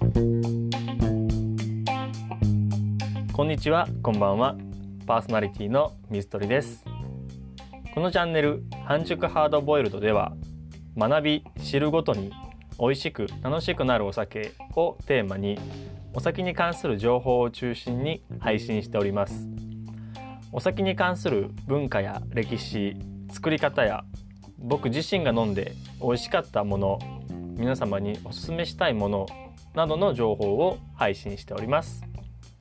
こんにちは、こんばんは。パーソナリティの水鳥です。このチャンネル半熟ハードボイルドでは、学び知るごとに美味しく楽しくなるお酒をテーマに、お酒に関する情報を中心に配信しております。お酒に関する文化や歴史、作り方や僕自身が飲んで美味しかったもの、皆様におすすめしたいものなどの情報を配信しております。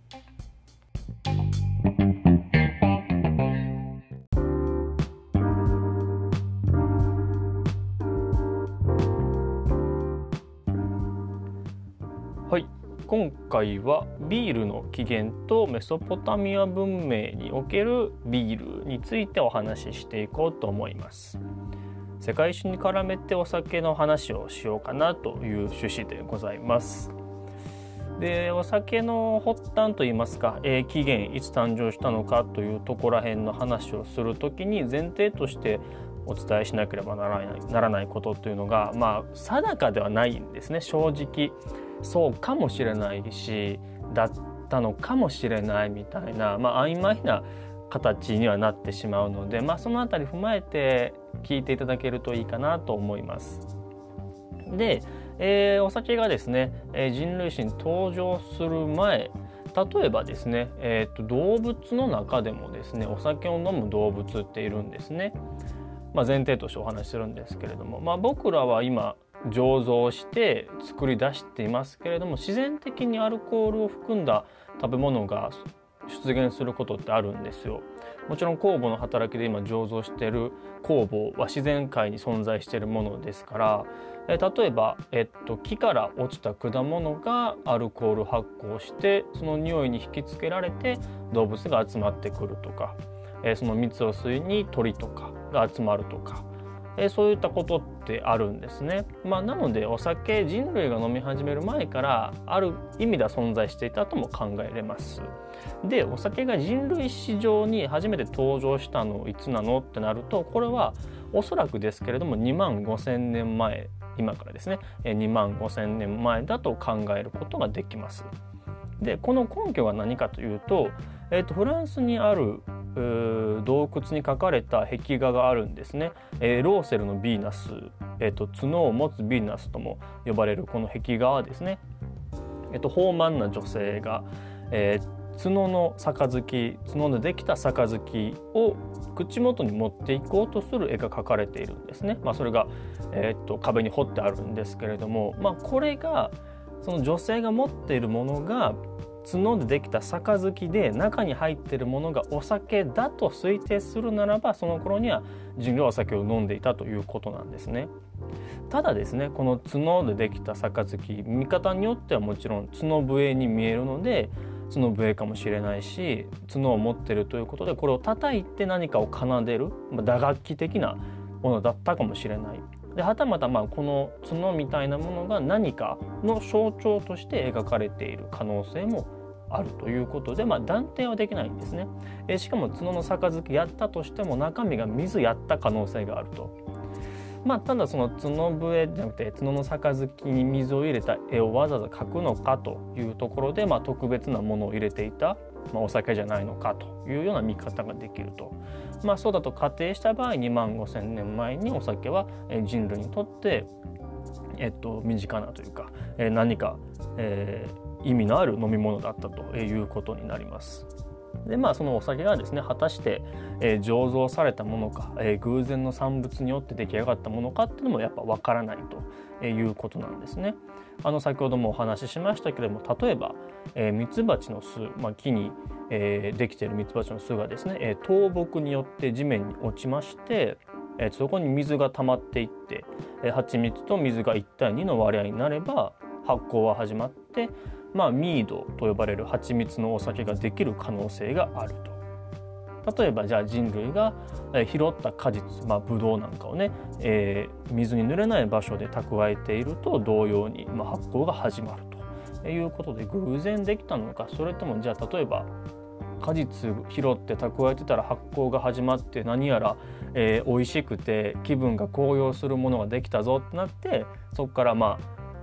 はい、今回はビールの起源とメソポタミア文明におけるビールについてお話ししていこうと思います。世界史に絡めてお酒の話をしようかなという趣旨でございます。で、お酒の発端といいますか、起源いつ誕生したのかというところら辺の話をするときに、前提としてお伝えしなければならないことというのが、定かではないんですね。正直そうかもしれないし、だったのかもしれないみたいな、曖昧な形にはなってしまうので、そのあたり踏まえて聞いていただけるといいかなと思います。で、お酒がですね、人類史に登場する前、例えばですね、動物の中でもですね、お酒を飲む動物っているんですね。前提としてお話しするんですけれども、僕らは今醸造して作り出していますけれども、自然的にアルコールを含んだ食べ物が出現することってあるんですよ。もちろん酵母の働きで今醸造している酵母は自然界に存在しているものですから、例えば、木から落ちた果物がアルコール発酵して、その匂いに引きつけられて動物が集まってくるとか、その蜜を吸いに鳥とかが集まるとか、そういったことってあるんですね。なのでお酒、人類が飲み始める前からある意味では存在していたとも考えれます。で、お酒が人類史上に初めて登場したのいつなのってなると、これはおそらくですけれども2万5,000年前、今からですね2万5,000年前だと考えることができます。で、この根拠が何かというと、フランスにある洞窟に描かれた壁画があるんですね。ローセルのヴィーナス、角を持つヴィーナスとも呼ばれるこの壁画はですね、豊満な女性が、角の杯、角でできた杯を口元に持っていこうとする絵が描かれているんですね。それが、壁に彫ってあるんですけれども、これがその女性が持っているものが角でできた杯で、中に入っているものがお酒だと推定するならば、その頃には人類はお酒を飲んでいたということなんですね。ただですね、この角でできた杯、見方によってはもちろん角笛に見えるので角笛かもしれないし、角を持っているということでこれを叩いて何かを奏でる、打楽器的なものだったかもしれない。で、はたまたこの角みたいなものが何かの象徴として描かれている可能性もあるということで、断定はできないんですね。しかも角の杯やったとしても中身が水やった可能性があると。ただその角笛じゃなくて角の杯に水を入れた絵をわざわざ描くのかというところで、特別なものを入れていた、お酒じゃないのかというような見方ができると。そうだと仮定した場合、2万5,000年前にお酒は人類にとって、身近なというか、何か、意味のある飲み物だったということになります。で、そのお酒がですね、果たして、醸造されたものか、偶然の産物によって出来上がったものかっていうのもやっぱ分からないということなんですね。先ほどもお話ししましたけれども、例えば、ミツバチの巣、木に、できているミツバチの巣がですね、倒木によって地面に落ちまして、そこに水が溜まっていって、蜂蜜と水が1対2の割合になれば発酵は始まって、ミードと呼ばれる蜂蜜のお酒ができる可能性があると。例えばじゃあ人類が拾った果実、ブドウなんかをね、水に濡れない場所で蓄えていると同様に、発酵が始まるということで、偶然できたのか、それともじゃあ例えば果実拾って蓄えてたら発酵が始まって何やら、美味しくて気分が高揚するものができたぞってなって、そこから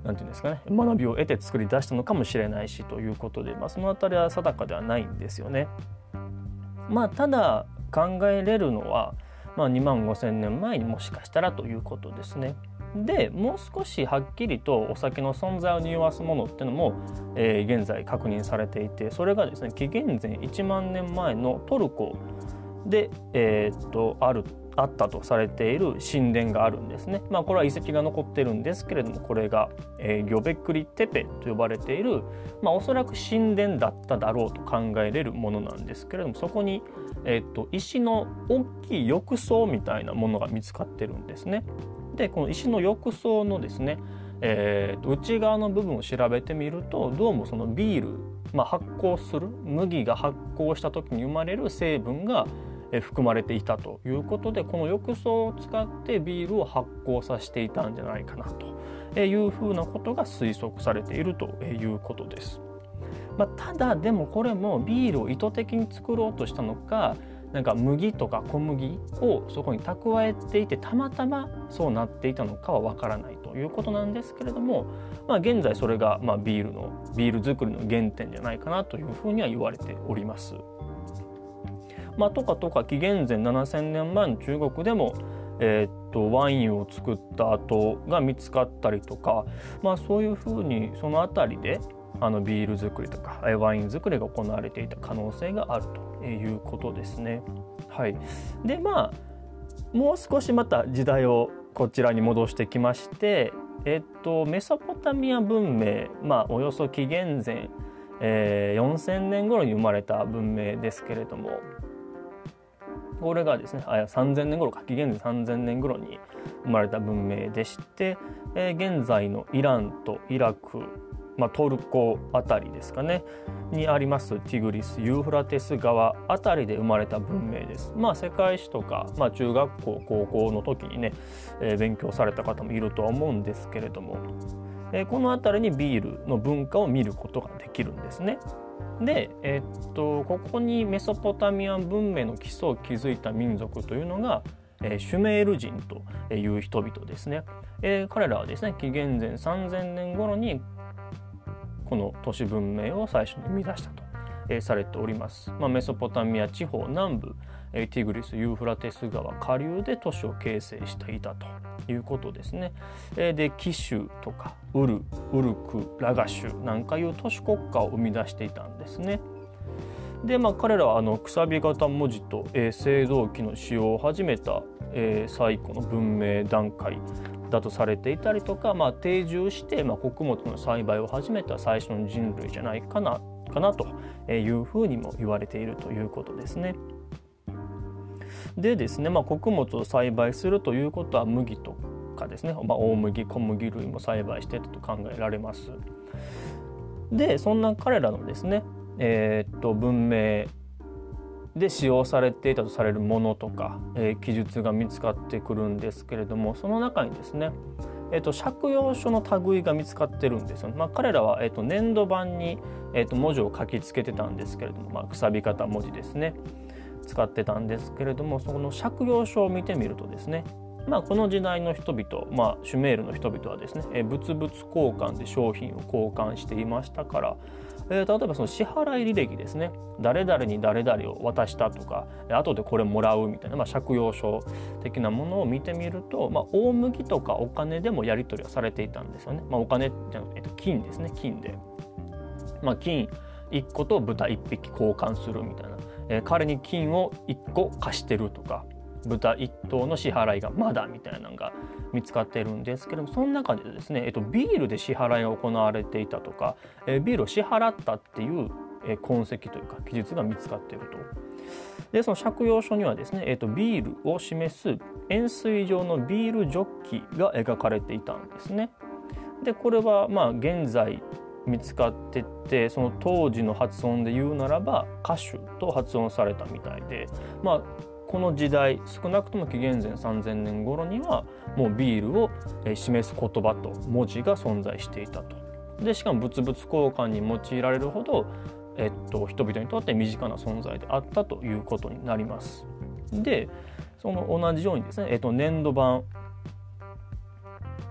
なんていうんですかね、学びを得て作り出したのかもしれないしということで、そのあたりは定かではないんですよね。ただ考えれるのは、2万5,000年前にもしかしたらということですね。でもう少しはっきりとお酒の存在を匂わすものっていうのも、現在確認されていて、それがですね紀元前1万年前のトルコで、あったとされている神殿があるんですね。これは遺跡が残ってるんですけれども、これが、ギョベクリテペと呼ばれている、おそらく神殿だっただろうと考えれるものなんですけれども、そこに、石の大きい浴槽みたいなものが見つかってるんですね。でこの石の浴槽のですね、内側の部分を調べてみると、どうもそのビール、発酵する麦が発酵した時に生まれる成分が含まれていたということで、この浴槽を使ってビールを発酵させていたんじゃないかなというふうなことが推測されているということです。ただでもこれもビールを意図的に作ろうとしたのか、なんか麦とか小麦をそこに蓄えていてたまたまそうなっていたのかはわからないということなんですけれども、現在それがビール作りの原点じゃないかなというふうには言われております。とか紀元前7,000年前の中国でも、ワインを作った跡が見つかったりとか、そういうふうにその辺りでビール作りとかワイン作りが行われていた可能性があるということですね。はい、でもう少しまた時代をこちらに戻してきまして、メソポタミア文明、およそ紀元前、4,000年頃に生まれた文明ですけれども、これがですね3,000年頃か、紀元前3,000年頃に生まれた文明でして、現在のイランとイラク、トルコあたりですかねにありますティグリス・ユーフラテス川あたりで生まれた文明です。世界史とか、中学校高校の時にね、勉強された方もいるとは思うんですけれども、このあたりにビールの文化を見ることができるんですね。で、ここにメソポタミア文明の基礎を築いた民族というのが、シュメール人という人々ですね。彼らはですね紀元前3,000年頃にこの都市文明を最初に生み出したと、されております。メソポタミア地方南部、ティグリス・ユーフラテス川下流で都市を形成していたということですね。でキシュとかウルク、ラガシュなんかいう都市国家を生み出していたんですね。で彼らはくさび型文字と青銅器の使用を始めた最古の文明段階だとされていたりとか、定住して穀物の栽培を始めた最初の人類じゃないかなというふうにも言われているということですね。でですね、穀物を栽培するということは麦とかですね、大麦小麦類も栽培していたと考えられます。でそんな彼らのですね、文明で使用されていたとされるものとか、記述が見つかってくるんですけれども、その中にですね、借用書の類が見つかってるんですよ。彼らは、粘土板に、文字を書きつけてたんですけれども、くさび型文字ですね使ってたんですけれども、その借用書を見てみるとですね、この時代の人々、シュメールの人々はですね、物々交換で商品を交換していましたから、例えばその支払い履歴ですね、誰々に誰々を渡したとか後でこれもらうみたいな、借用書的なものを見てみると、大麦とかお金でもやり取りはされていたんですよね。お金じゃなくて金ですね。金で、金1個と豚1匹交換するみたいな、彼に金を1個貸してるとか、豚1頭の支払いがまだみたいなのが見つかっているんですけども、その中でですね、ビールで支払いが行われていたとか、ビールを支払ったっていう痕跡というか記述が見つかっていると。でその借用書にはですね、ビールを示す円錐状のビールジョッキが描かれていたんですね。でこれは現在見つかってて、その当時の発音で言うならば歌手と発音されたみたいで、この時代少なくとも紀元前3,000年頃にはもうビールを示す言葉と文字が存在していたと。でしかも物々交換に用いられるほど、人々にとって身近な存在であったということになります。でその同じようにですね、粘土板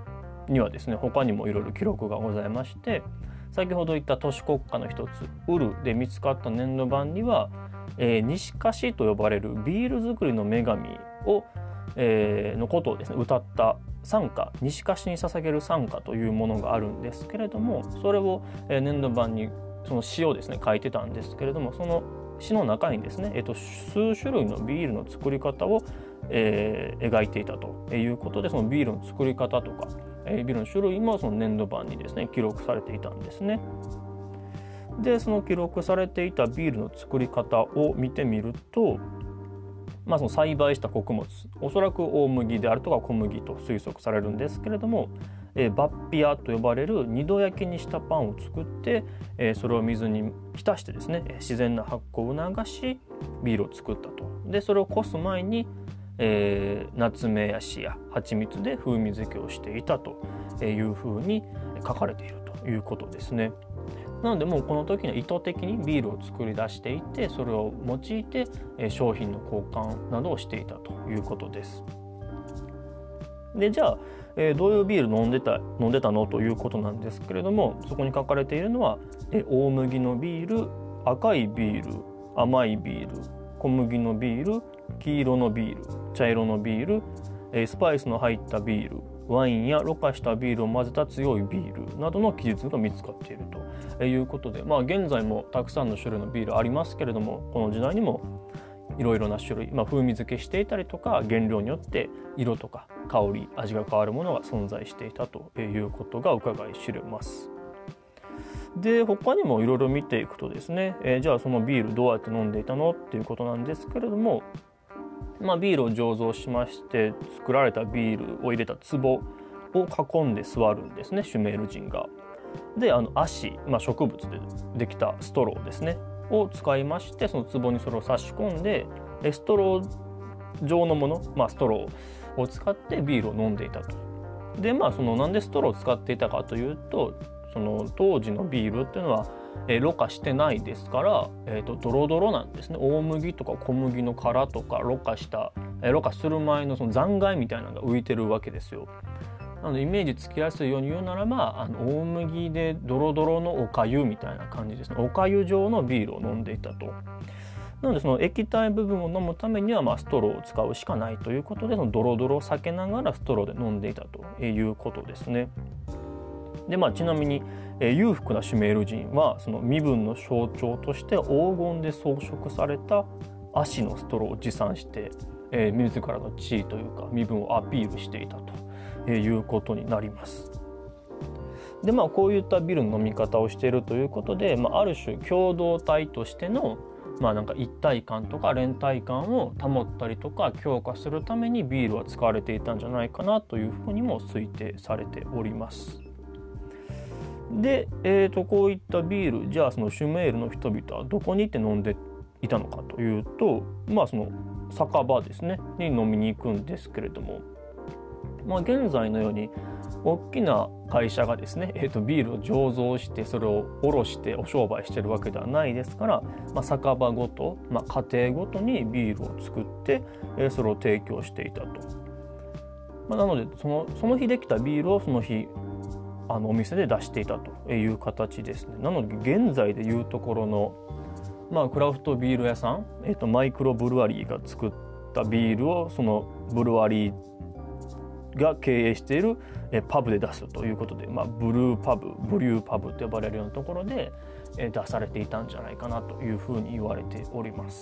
にはですね他にもいろいろ記録がございまして、先ほど言った都市国家の一つウルで見つかった粘土板には、西菓子と呼ばれるビール作りの女神を、のことをですね歌った賛歌、西菓子に捧げる賛歌というものがあるんですけれども、それを、粘土板にその詩をですね書いてたんですけれども、その詩の中にですね、数種類のビールの作り方を、描いていたということで、そのビールの作り方とか、ビールの種類もその粘土板にですね記録されていたんですね。でその記録されていたビールの作り方を見てみると、その栽培した穀物、おそらく大麦であるとか小麦と推測されるんですけれども、バッピアと呼ばれる二度焼きにしたパンを作って、それを水に浸してですね自然な発酵を促しビールを作ったと。でそれをこす前に、ナツメヤシや蜂蜜で風味付けをしていたというふうに書かれているということですね。なのでもうこの時には意図的にビールを作り出していて、それを用いて商品の交換などをしていたということです。でじゃあ、どういうビール飲んでたのということなんですけれども、そこに書かれているのは大麦のビール、赤いビール、甘いビール、小麦のビール、黄色のビール、茶色のビール、スパイスの入ったビール、ワインやろ過したビールを混ぜた強いビールなどの記述が見つかっているということで、現在もたくさんの種類のビールありますけれども、この時代にもいろいろな種類、風味付けしていたりとか、原料によって色とか香り、味が変わるものが存在していたということが伺い知れます。で他にもいろいろ見ていくとですね、じゃあそのビールどうやって飲んでいたのっていうことなんですけれども、ビールを醸造しまして作られたビールを入れた壺を囲んで座るんですね、シュメール人が。で足、植物でできたストローですねを使いまして、その壺にそれを差し込んでストロー状のもの、ストローを使ってビールを飲んでいたと。でなんでストローを使っていたかというと、その当時のビールっていうのはろ過してないですから、ドロドロなんですね。大麦とか小麦の殻とかろ過する前のその残骸みたいなのが浮いてるわけですよ。なのでイメージつきやすいように言うならば、大麦でドロドロのおかゆみたいな感じですね。おかゆ状のビールを飲んでいたと。なのでその液体部分を飲むためにはストローを使うしかないということで、そのドロドロを避けながらストローで飲んでいたということですね。でちなみに裕福なシュメール人はその身分の象徴として黄金で装飾された足のストローを持参して、自らの地位というか身分をアピールしていたということになります。でこういったビールの飲み方をしているということで、ある種共同体としての一体感とか連帯感を保ったりとか強化するためにビールは使われていたんじゃないかなというふうにも推定されております。で、こういったビール、じゃあそのシュメールの人々はどこに行って飲んでいたのかというと、その酒場ですねに飲みに行くんですけれども、現在のように大きな会社がですね、ビールを醸造してそれを卸してお商売してるわけではないですから、酒場ごと、家庭ごとにビールを作って、それを提供していたと。なのでその日できたビールをその日お店で出していたという形ですね。なので現在でいうところの、クラフトビール屋さん、マイクロブルワリーが作ったビールをそのブルワリーが経営しているパブで出すということで、ブリューパブと呼ばれるようなところで出されていたんじゃないかなというふうに言われております。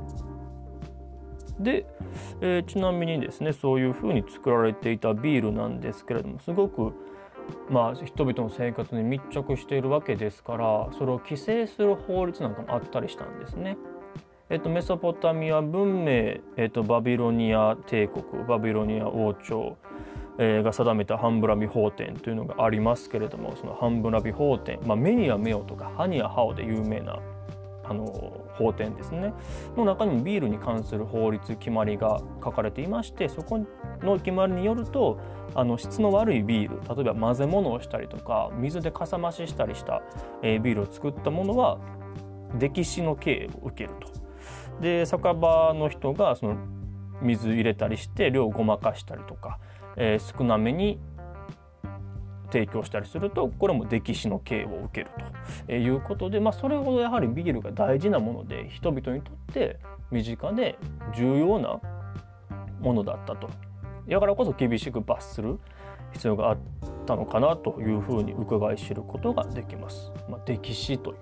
で、ちなみにですね、そういうふうに作られていたビールなんですけれども、すごく人々の生活に密着しているわけですから、それを規制する法律なんかもあったりしたんですね。メソポタミア文明、バビロニア帝国、バビロニア王朝、が定めたハンブラビ法典というのがありますけれども、そのハンブラビ法典、目には目をとか歯には歯をで有名な法典ですねの中にもビールに関する法律決まりが書かれていまして、そこの決まりによると質の悪いビール、例えば混ぜ物をしたりとか水でかさ増ししたりした、ビールを作ったものは溺死の刑を受けると。で酒場の人がその水入れたりして量をごまかしたりとか、少なめに提供したりするとこれも溺死の刑を受けるということで、それほどやはりビールが大事なもので人々にとって身近で重要なものだったと。だからこそ厳しく罰する必要があったのかなというふうに伺い知ることができます。溺死という、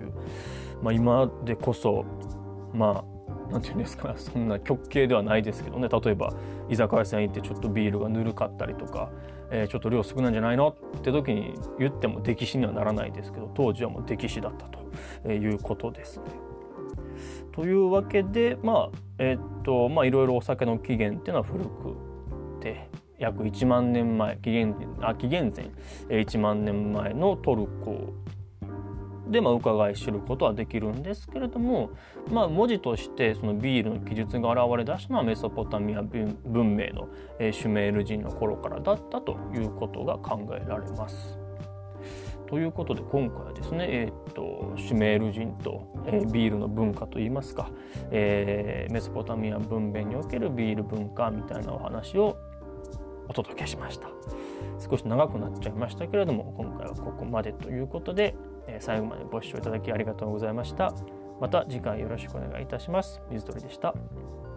今でこそなんていうんですか、そんな極刑ではないですけどね、例えば居酒屋さん行ってちょっとビールがぬるかったりとか、ちょっと量少ないんじゃないのって時に言っても溺死にはならないですけど、当時はもう溺死だったということですね。というわけでいろいろお酒の起源っていうのは古くて約1万年前紀元前1万年前のトルコで伺い知ることはできるんですけれども、文字としてそのビールの記述が現れ出したのはメソポタミア文明のシュメール人の頃からだったということが考えられます。ということで今回はですね、シュメール人と、ビールの文化といいますか、メソポタミア文明におけるビール文化みたいなお話をお届けしました。少し長くなっちゃいましたけれども、今回はここまでということで、最後までご視聴いただきありがとうございました。また次回よろしくお願いいたします。水鳥でした。